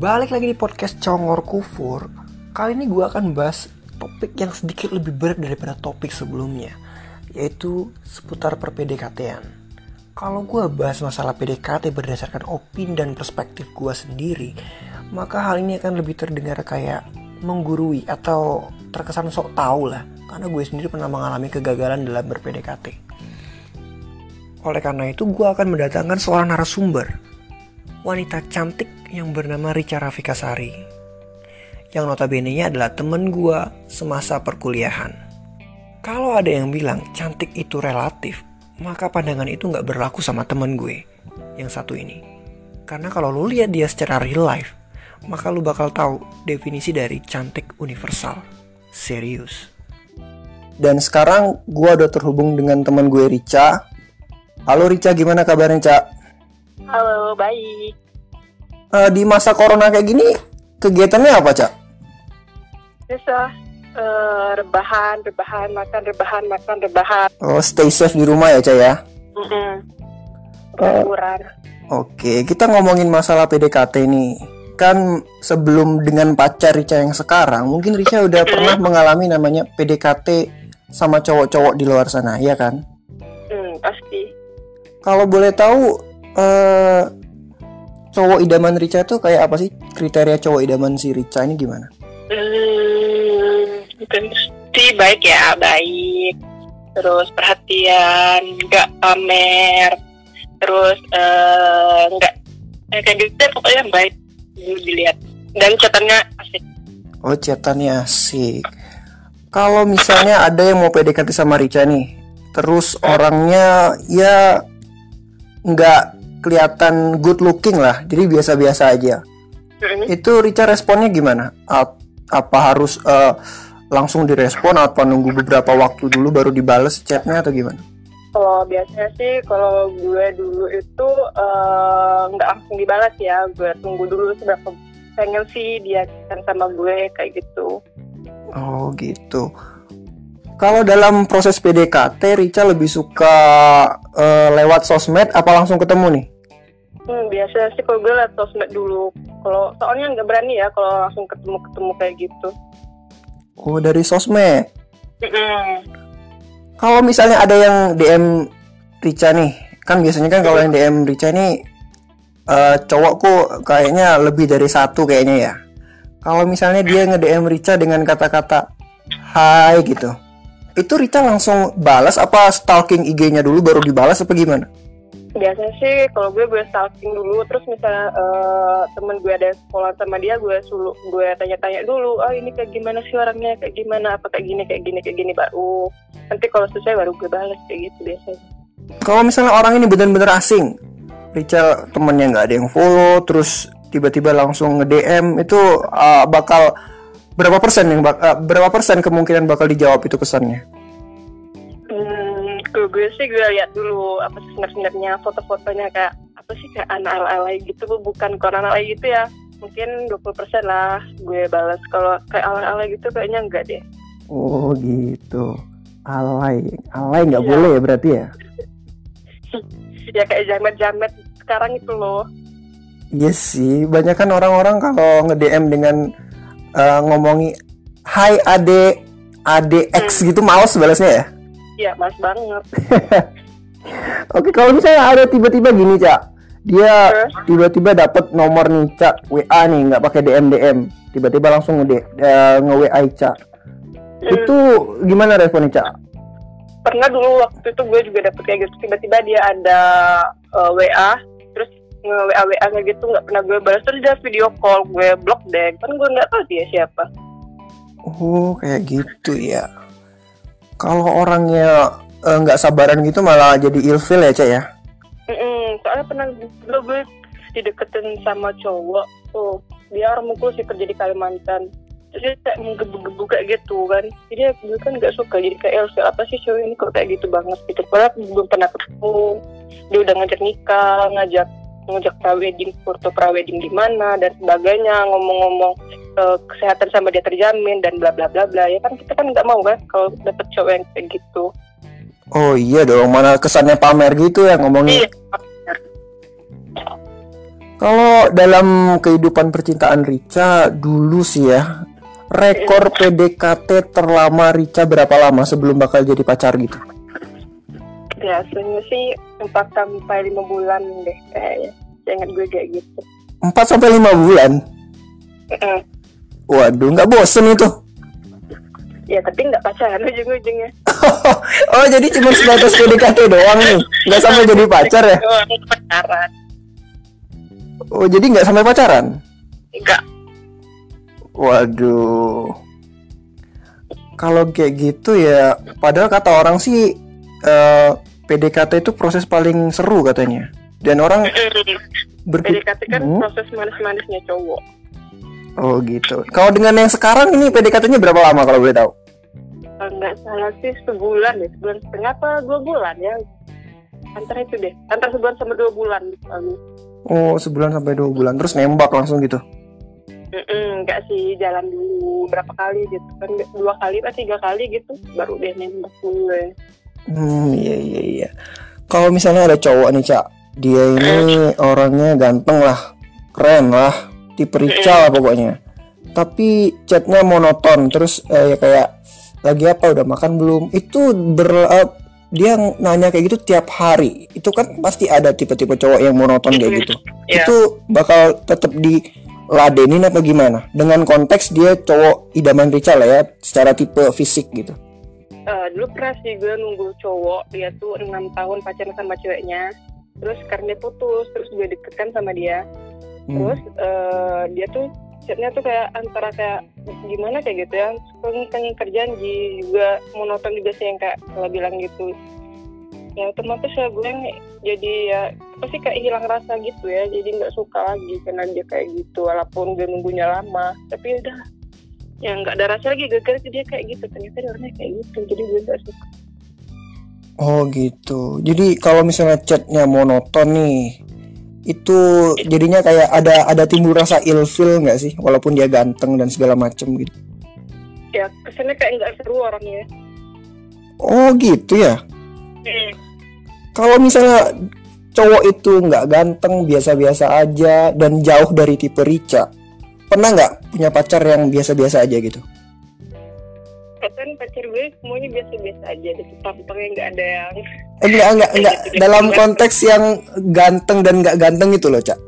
Balik lagi di podcast Congor Kufur. Kali ini gue akan bahas topik yang sedikit lebih berat daripada topik sebelumnya, yaitu seputar per-PDKT-an. Kalau gue bahas masalah PDKT berdasarkan opini dan perspektif gue sendiri, maka hal ini akan lebih terdengar kayak menggurui atau terkesan sok tahu lah, karena gue sendiri pernah mengalami kegagalan dalam ber-PDKT. Oleh karena itu, gue akan mendatangkan seorang narasumber, wanita cantik yang bernama Richa Rafikasari, yang notabene-nya adalah temen gue semasa perkuliahan. Kalau ada yang bilang cantik itu relatif, maka pandangan itu gak berlaku sama temen gue yang satu ini. Karena kalau lu lihat dia secara real life, maka lu bakal tahu definisi dari cantik universal. Serius. Dan sekarang gue udah terhubung dengan temen gue Richa. Halo Richa, gimana kabarnya Ca? Halo, baik. Di masa corona kayak gini, kegiatannya apa Ca? Biasa, rebahan, makan, rebahan. Oh, stay safe di rumah ya Ca ya? Liburan. Oke, kita ngomongin masalah PDKT nih. Kan sebelum dengan pacar Richa yang sekarang, mungkin Richa udah pernah mengalami namanya PDKT sama cowok-cowok di luar sana, ya kan? Pasti. Kalau boleh tahu, cowok idaman Richa tuh kayak apa sih? Kriteria cowok idaman si Richa ini gimana? Pasti baik ya, baik. Terus perhatian, nggak pamer. Terus nggak kayak gitu, pokoknya baik dilihat. Dan catatannya asik. Oh, catatannya asik. Kalau misalnya ada yang mau PDKT sama Richa nih, terus orangnya ya nggak kelihatan good looking lah, jadi biasa-biasa aja. Itu Richa responnya gimana? Apa harus langsung direspon atau nunggu beberapa waktu dulu baru dibales chatnya atau gimana? Kalau biasanya sih, kalau gue dulu itu nggak langsung dibalas ya, gue tunggu dulu seberapa pengen sih dia kan sama gue kayak gitu. Oh gitu. Kalau dalam proses PDKT, Richa lebih suka lewat sosmed apa langsung ketemu nih? Biasanya sih kalau gue lewat sosmed dulu. Kalau soalnya nggak berani ya kalau langsung ketemu kayak gitu. Oh, dari sosmed. Kalau misalnya ada yang DM Richa nih, kan biasanya kan kalau yang DM Richa ini cowokku kayaknya lebih dari satu kayaknya ya. Kalau misalnya dia nge-DM Richa dengan kata-kata hai gitu, itu Richa langsung balas apa stalking IG-nya dulu baru dibalas apa gimana? Biasanya sih kalau gue stalking dulu, terus misalnya temen gue ada sekolah sama dia, gue tanya-tanya dulu, ini kayak gimana sih orangnya, kayak gimana, apa kayak gini, baru nanti kalau selesai baru gue balas kayak gitu biasanya. Kalau misalnya orang ini benar-benar asing, Richa temennya nggak ada yang follow, terus tiba-tiba langsung nge-DM, itu bakal berapa persen kemungkinan bakal dijawab itu pesannya? Gue sih gue lihat dulu apa sih sebenarnya foto-fotonya kayak apa sih, kayak anak alay gitu, bukan koran alay gitu ya, mungkin 20% lah gue balas. Kalau kayak alay gitu kayaknya enggak deh. Oh gitu, alay nggak boleh ya berarti ya? Ya kayak jamet sekarang itu loh. Yes sih, banyak kan orang-orang kalau nge-DM dengan ngomongi hai ade X gitu, males balasnya ya? Iya, males banget. Oke, kalau misalnya ada tiba-tiba gini Cak, dia tiba-tiba dapat nomor nih Cak, WA nih, nggak pakai DM, tiba-tiba langsung nge-WA Cak. Itu gimana responnya Cak? Pernah dulu waktu itu gue juga dapet kayak gitu, tiba-tiba dia ada WA, terus nge-WA kayak gitu, nggak pernah gue balas, terus dia video call, gue blok deh, kan gue nggak tahu dia siapa. Oh, kayak gitu ya. Kalau orangnya nggak sabaran gitu malah jadi ilfil ya Cak ya? Soalnya pernah dulu gue dideketin sama cowok, dia orang mukul sih, kerja di Kalimantan. Terus dia kayak menggebu-gebu kayak gitu kan, jadi gue kan nggak suka, jadi kayak ilfil, apa sih cowok ini kok kayak gitu banget gitu. Padahal belum pernah ketemu, dia udah ngajak nikah, ngajak prawedding, foto prawedding di mana dan sebagainya, ngomong-ngomong kesehatan sama dia terjamin dan bla bla bla bla. Ya kan kita kan nggak mau kan kalau dapet cowok yang kayak gitu. Oh iya dong, mana kesannya pamer gitu ya ngomongnya. Kalau dalam kehidupan percintaan Rica dulu sih ya, rekor PDKT terlama Rica berapa lama sebelum bakal jadi pacar gitu? Biasanya sih 4 sampai 5 bulan deh kayaknya. Ingat gue kayak gitu. 4 sampai 5 bulan? Waduh, nggak bosen itu? Ya tapi nggak pacaran ujung-ujungnya. Oh, jadi cuma sebatas PDKT doang nih, nggak sampai jadi pacar ya? Pacaran. Oh, jadi nggak sampai pacaran? Enggak. Waduh. Kalau kayak gitu ya, padahal kata orang sih PDKT itu proses paling seru katanya. Dan orang PDKT kan proses manis-manisnya cowok. Oh gitu. Kalau dengan yang sekarang ini PDKT-nya berapa lama kalau boleh tahu? Nggak salah sih sebulan deh, 1,5 apa 2 bulan ya. Antara itu deh, antara sebulan sama 2 bulan gitu. Oh, 1 sampai 2 bulan terus nembak langsung gitu? Enggak sih, jalan dulu berapa kali gitu kan, 2 kali atau 3 kali gitu, baru deh nembak dulu ya. Iya. Kalau misalnya ada cowok nih, Cak, dia ini orangnya ganteng lah, keren lah, tipe Rica lah pokoknya. Tapi chatnya monoton, terus ya kayak lagi apa, udah makan belum? Itu dia nanya kayak gitu tiap hari. Itu kan pasti ada tipe-tipe cowok yang monoton kayak gitu. Yeah. Itu bakal tetap diladenin apa gimana? Dengan konteks dia cowok idaman Rica lah ya, secara tipe fisik gitu. Dulu pernah sih gue nunggu cowok, dia tuh 6 tahun pacaran sama ceweknya. Terus karena dia putus, terus gue deket kan sama dia. Terus dia tuh chatnya tuh kayak antara kayak gimana kayak gitu ya, kan kerjaan juga monoton juga sih yang kayak kalau bilang gitu. Ya otomatis ya gue jadi ya apa sih kayak hilang rasa gitu ya, jadi nggak suka lagi karena dia kayak gitu, walaupun gue nunggunya lama. Tapi udah ya nggak ada rasa lagi gara-gara dia kayak gitu, ternyata dia orangnya kayak gitu, jadi gue nggak suka. Oh gitu. Jadi kalau misalnya chatnya monoton nih, itu jadinya kayak ada timbul rasa ilfil nggak sih, walaupun dia ganteng dan segala macem gitu? Ya kesannya kayak nggak seru orangnya. Oh gitu ya. Kalau misalnya cowok itu nggak ganteng, biasa-biasa aja dan jauh dari tipe Rica, pernah nggak punya pacar yang biasa-biasa aja gitu? Kan pacar gue semuanya biasa-biasa aja, tampangnya nggak ada yang Enggak. Dalam konteks yang ganteng dan nggak ganteng itu loh, Cak.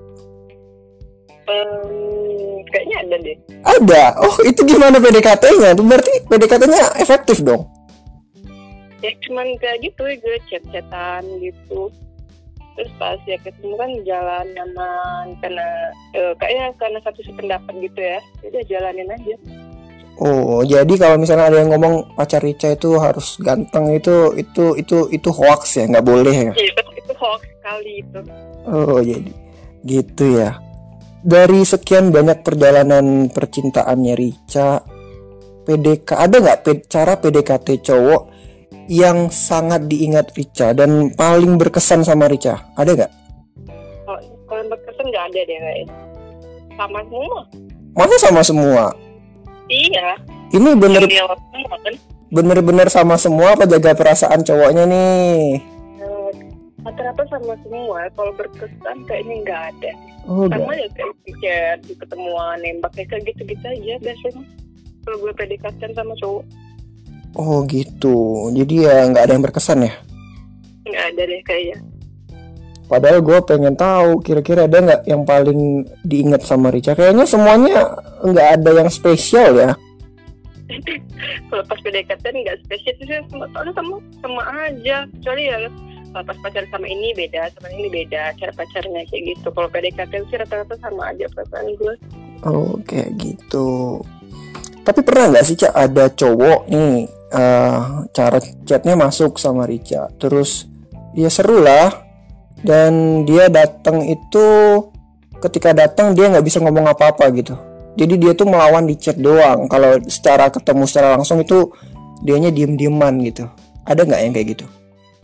Kayaknya ada deh. Ada. Oh, itu gimana PDKT-nya? Itu berarti PDKT-nya efektif dong? Ya cuman kayak gitu, gue chat-chatan gitu. Terus pas ya ketemu kan jalan nyaman, karena kayaknya karena satu sependapat gitu ya. Jadi jalanin aja. Oh, jadi kalau misalnya ada yang ngomong pacar Rica itu harus ganteng, itu hoax ya, nggak boleh ya? Iya, itu hoax sekali itu. Oh, jadi gitu ya. Dari sekian banyak perjalanan percintaannya Rica, ada nggak cara PDKT cowok yang sangat diingat Rica dan paling berkesan sama Rica? Ada nggak? Kalau yang berkesan nggak ada deh kayaknya. Sama semua. Masa sama semua? Iya. Ini kan? bener-bener sama semua apa jaga perasaan cowoknya nih? Rata-rata sama semua. Kalau berkesan kayaknya nggak ada. Oh, sama ya kayak chat, ketemuan, nembak kayak gitu-gitu aja biasanya. Kalau gue PDKT sama cowok. Oh gitu. Jadi ya nggak ada yang berkesan ya? Nggak ada deh kayaknya. Padahal gue pengen tahu kira-kira ada nggak yang paling diingat sama Rica. Kayaknya semuanya nggak ada yang spesial ya. Kalau pas PDKT nggak spesial sih, sama aja. Kecuali ya pas pacaran sama ini beda, sama ini beda cara pacarnya kayak gitu. Kalau PDKT sih rata-rata sama aja perasaan gue. Oh kayak gitu. Tapi pernah nggak sih, Cak, ada cowok nih cara chatnya masuk sama Rica, terus ya seru lah. Dan dia datang itu, ketika datang dia nggak bisa ngomong apa-apa gitu. Jadi dia tuh melawan di chat doang. Kalau secara ketemu secara langsung itu dianya diem-dieman gitu. Ada nggak yang kayak gitu?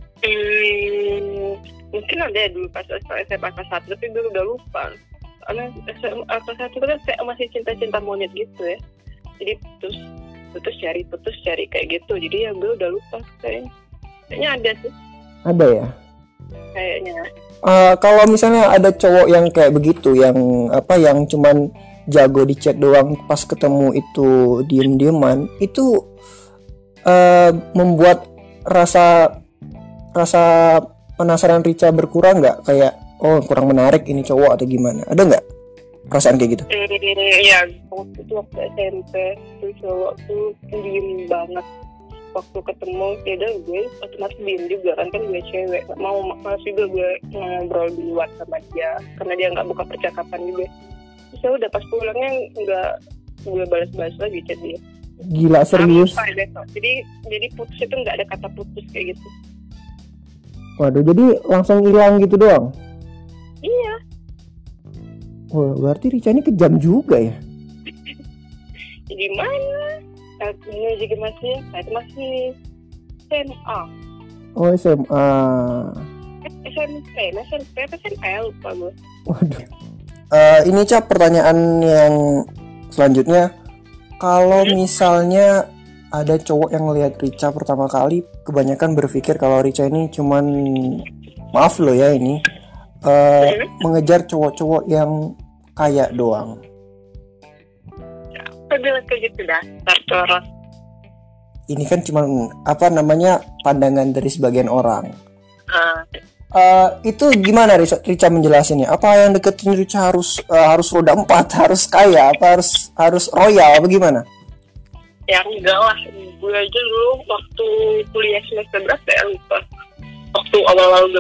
Mungkin ada dulu pas SMA kelas 1, tapi gue udah lupa. Karena SMA kelas 1 kan kayak masih cinta-cinta monyet gitu ya. Jadi putus cari kayak gitu. Jadi ya gue udah lupa kayaknya ada sih. Ada ya? kayaknya. Kalau misalnya ada cowok yang kayak begitu, yang cuman jago di chat doang, pas ketemu itu diem-dieman, itu membuat rasa penasaran Rica berkurang nggak? Kayak kurang menarik ini cowok atau gimana? Ada nggak perasaan kayak gitu? Iya, waktu SMP tuh cowok tuh diem banget. Waktu ketemu ya udah gue otomatis diem juga kan gue cewek, gak mau malas juga gue ngobrol di luar sama dia karena dia nggak buka percakapan juga. Terus ya udah pas pulangnya nggak gue balas-balas lagi chat dia. Gila, serius? Jadi putus itu nggak ada kata putus kayak gitu. Waduh, jadi langsung hilang gitu doang? Iya. Wah, berarti Rica ini kejam juga ya? Jadi mana? Ini juga masih SMA. Oh, SMA. SMP apa SMA lupa gue. Waduh. Ini Cap, pertanyaan yang selanjutnya. Kalau misalnya ada cowok yang ngelihat Rica pertama kali, kebanyakan berpikir kalau Rica ini cuman, maaf loh ya ini, mengejar cowok-cowok yang kaya doang. Bilang kayak gitu dah, Tartoros. Ini kan cuma pandangan dari sebagian orang. Itu gimana Rica menjelasinnya? Apa yang deketin Rica harus roda 4, harus kaya, apa harus royal, apa gimana? Ya enggak lah, gue aja dulu waktu kuliah semester berapa ya lupa. Waktu awal-awal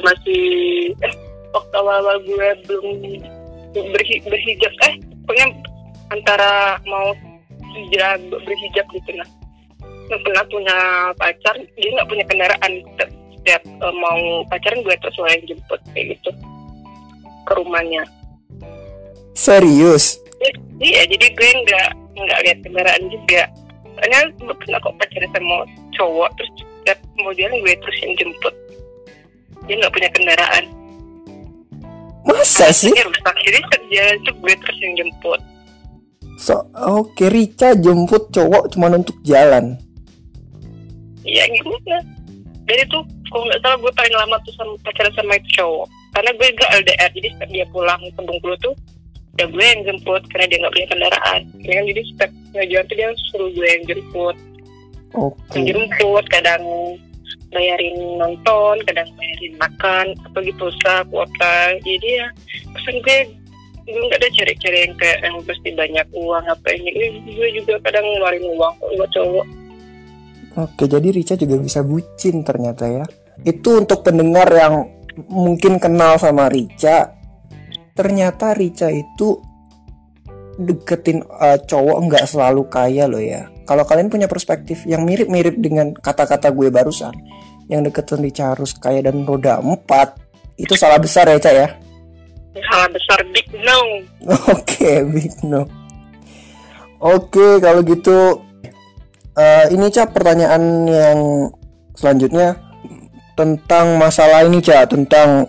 gue belum berhijab, pokoknya antara mau hijrah berhijab gitu lah. Nggak pernah punya pacar, dia nggak punya kendaraan. Setiap mau pacaran gue terus yang jemput kayak gitu ke rumahnya. Serius? Iya, jadi gue nggak lihat kendaraan juga. Soalnya gue pernah kok pacaran sama cowok, terus setiap mau jalan gue terus yang jemput. Dia nggak punya kendaraan. Masa sih? Rusak, jadi jalan tuh gue terus yang jemput. Oke, Rica jemput cowok cuma untuk jalan. Iya gimana? Jadi tuh kalau nggak salah gue paling lama tuh pacaran sama itu cowok. Karena gue gak LDR, jadi setiap dia pulang ke Bengkulu tuh ya gue yang jemput karena dia nggak punya kendaraan. Jadi setiap ngajuan tuh dia suruh gue yang jemput. Oke. Yang jemput, kadang bayarin nonton, kadang bayarin makan, apa gitu kuota. Jadi ya pesan gue nggak ada cari-cari yang kayak yang pasti banyak uang apa ini. Gue juga kadang ngeluarin uang buat cowok. Oke, jadi Rica juga bisa bucin ternyata ya. Itu untuk pendengar yang mungkin kenal sama Rica. Ternyata Rica itu deketin cowok nggak selalu kaya loh ya. Kalau kalian punya perspektif yang mirip-mirip dengan kata-kata gue barusan, yang deketin Rica harus kaya dan roda 4, itu salah besar ya Ca ya? Salah besar, big no. Oke, big no. Oke, kalau gitu ini Ca, pertanyaan yang selanjutnya tentang masalah ini Ca, tentang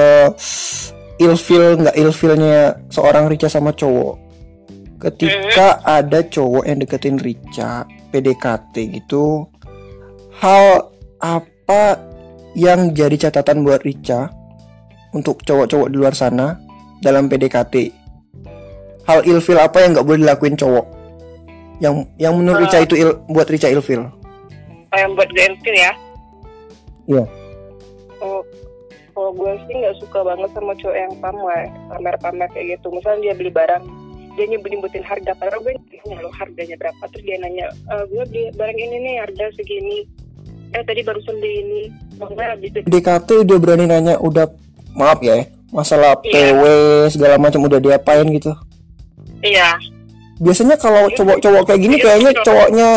nggak ilfilnya seorang Rica sama cowok. Ketika ada cowok yang deketin Rica, PDKT gitu, hal apa yang jadi catatan buat Rica untuk cowok-cowok di luar sana dalam PDKT? Hal ilfil apa yang nggak boleh dilakuin cowok? Yang menurut Rica itu buat Rica ilfil? Yang buat gue ilfil ya? Iya. Kalau gue sih nggak suka banget sama cowok yang pamer kayak gitu. Misalnya dia beli barang, dia nyebutin harga, padahal gue nanya lo harganya berapa, terus dia nanya, gue beli barang ini nih harga segini, tadi barusan beli ini, makanya bisa. PDKT udah berani nanya, udah maaf ya, masalah PW segala macam udah diapain gitu? Iya. Biasanya kalau cowok-cowok kayak gini kayaknya cowoknya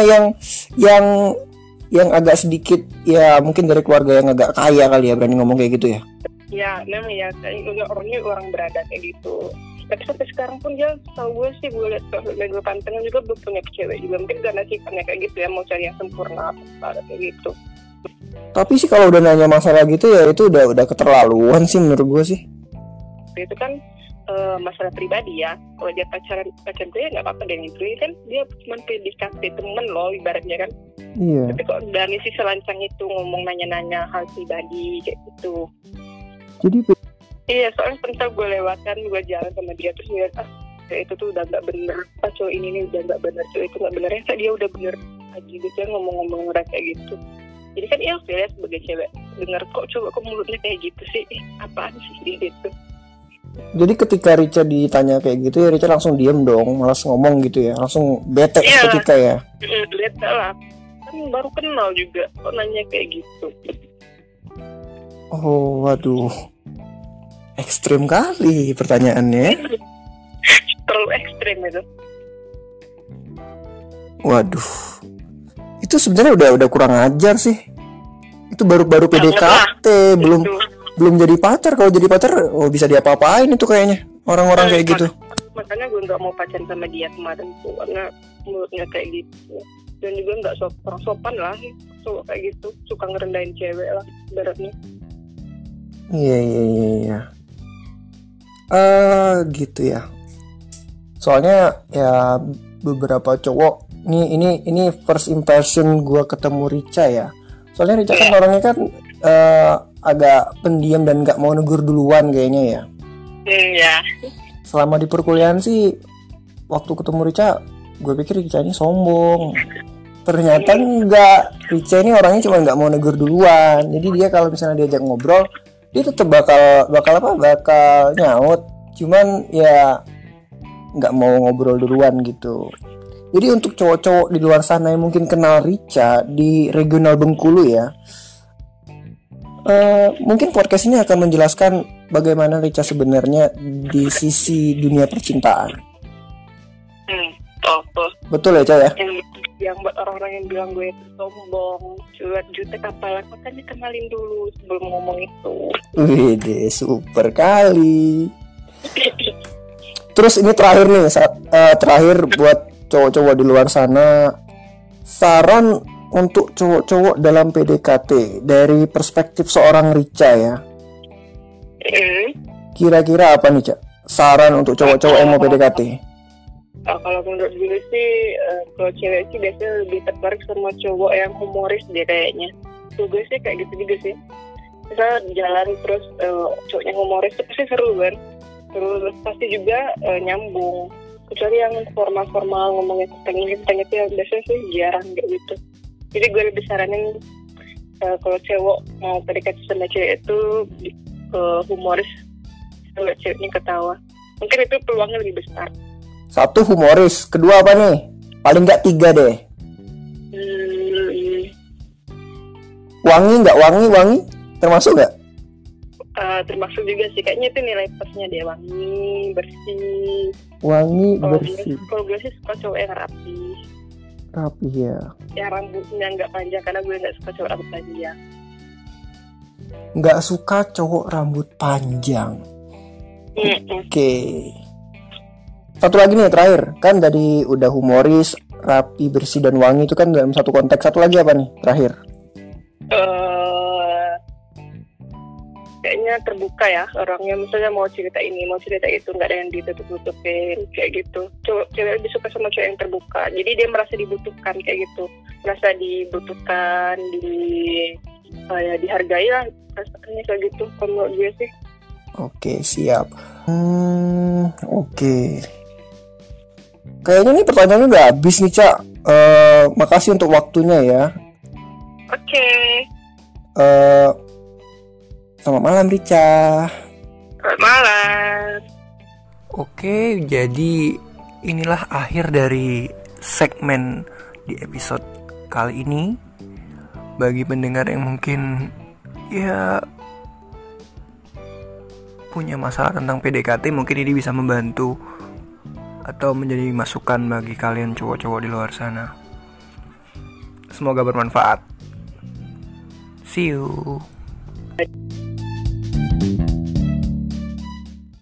yang agak sedikit ya mungkin dari keluarga yang agak kaya kali ya, berani ngomong kayak gitu ya. Ya memang ya, orangnya orang berada kayak gitu. Tapi sampai sekarang pun dia tahu gue sih, gue lihat gue pantengin juga belum punya cewek juga, mungkin karena sifatnya kayak gitu ya, mau cari yang sempurna apa kayak gitu. Tapi sih kalau udah nanya masalah gitu ya itu udah keterlaluan sih menurut gue sih. Itu kan masalah pribadi ya. Kalau dia pacaran gue ya nggak apa-apa, dan itu kan dia cuma PDKT temen loh ibaratnya kan. Iya. Tapi kok dari si selancang itu ngomong nanya-nanya hal pribadi kayak gitu. Jadi Iya, soalnya pernah gue lewatkan, gue jalan sama dia terus lihat kayak itu tuh udah nggak bener, cowok ini nih udah nggak bener, cowok itu nggak bener, ya dia udah bener aja gitu ya ngomong-ngomong kayak gitu. Jadi kan ilfil ya sebagai cewek dengar kok coba kok mulutnya kayak gitu sih, apaan sih gitu. Jadi ketika Rica ditanya kayak gitu ya Rica langsung diem dong, malas ngomong gitu ya, langsung bete seketika ya. Bete lah, kan baru kenal juga kok nanya kayak gitu. Oh waduh, ekstrim kali pertanyaannya. Terlalu ekstrim itu. Waduh, itu sebenarnya udah kurang ajar sih. Itu baru PDKT, belum jadi pacar. Kalau jadi pacar, bisa diapa-apain itu kayaknya orang-orang kayak gitu. Makanya gue nggak mau pacaran sama dia kemarin tuh karena mulutnya kayak gitu. Dan juga nggak sopan lah, cowok kayak gitu suka ngerendahin cewek lah, ibaratnya. Iya. Gitu ya. Soalnya ya beberapa cowok ini first impression gue ketemu Rica ya. Soalnya Rica kan orangnya kan agak pendiam dan nggak mau negur duluan kayaknya ya. Iya. Selama di perkuliahan sih waktu ketemu Rica, gue pikir Rica ini sombong. Ternyata enggak. Rica ini orangnya cuma nggak mau negur duluan. Jadi dia kalau misalnya diajak ngobrol, dia tetap bakal nyaut. Cuman ya nggak mau ngobrol duluan gitu. Jadi untuk cowok-cowok di luar sana yang mungkin kenal Rica di regional Bengkulu ya, mungkin podcast ini akan menjelaskan bagaimana Rica sebenarnya di sisi dunia percintaan. Betul ya, Ca ya? Yang buat orang-orang yang bilang gue itu sombong, jutek apalah, makanya kenalin dulu sebelum ngomong itu. Wih, super kali. Terus ini terakhir nih, terakhir buat cowok-cowok di luar sana, saran untuk cowok-cowok dalam PDKT dari perspektif seorang Rica ya. Kira-kira apa nih, Cak? Saran untuk cowok-cowok yang mau PDKT? Kalau menurut gue sih, kalau cewek sih biasanya lebih tertarik sama cowok yang humoris dia kayaknya. Tuh gue sih kayak gitu juga sih. Misal jalan terus cowoknya humoris itu pasti seru kan. Terus pasti juga nyambung. Kecuali yang formal-formal ngomongnya tentang itu yang biasanya sih jarang kayak gitu. Jadi gue lebih saranin kalau cewek mau PDKT sama cewek itu humoris, ceweknya ketawa. Mungkin itu peluangnya lebih besar. Satu humoris, kedua apa nih? Paling nggak 3 deh. Wangi nggak? Wangi termasuk nggak? Termasuk juga sih, kayaknya itu nilai plusnya dia, wangi, bersih. Wangi, bersih. Kalau gue sih suka cowok yang rapi ya. Yang rambutnya nggak panjang, karena gue nggak suka cowok rambut panjang. Nggak suka cowok rambut panjang. Oke. Satu lagi nih terakhir, kan tadi udah humoris, rapi, bersih dan wangi itu kan dalam satu konteks. Satu lagi apa nih terakhir? Kayaknya terbuka ya orangnya, misalnya mau cerita ini, mau cerita itu, nggak ada yang ditutup-tutupin kayak gitu. Cewek lebih suka sama cowok yang terbuka, jadi dia merasa dibutuhkan kayak gitu, merasa dibutuhkan, dihargai lah, perasaannya kayak gitu kalau menurut gue sih. Oke, siap. Oke. Kayaknya nih pertanyaannya udah habis nih, Cak. Makasih untuk waktunya ya. Oke. Selamat malam, Rica. Selamat malam. Oke, jadi inilah akhir dari segmen di episode kali ini. Bagi pendengar yang mungkin ya punya masalah tentang PDKT, mungkin ini bisa membantu atau menjadi masukan bagi kalian cowok-cowok di luar sana. Semoga bermanfaat. See you.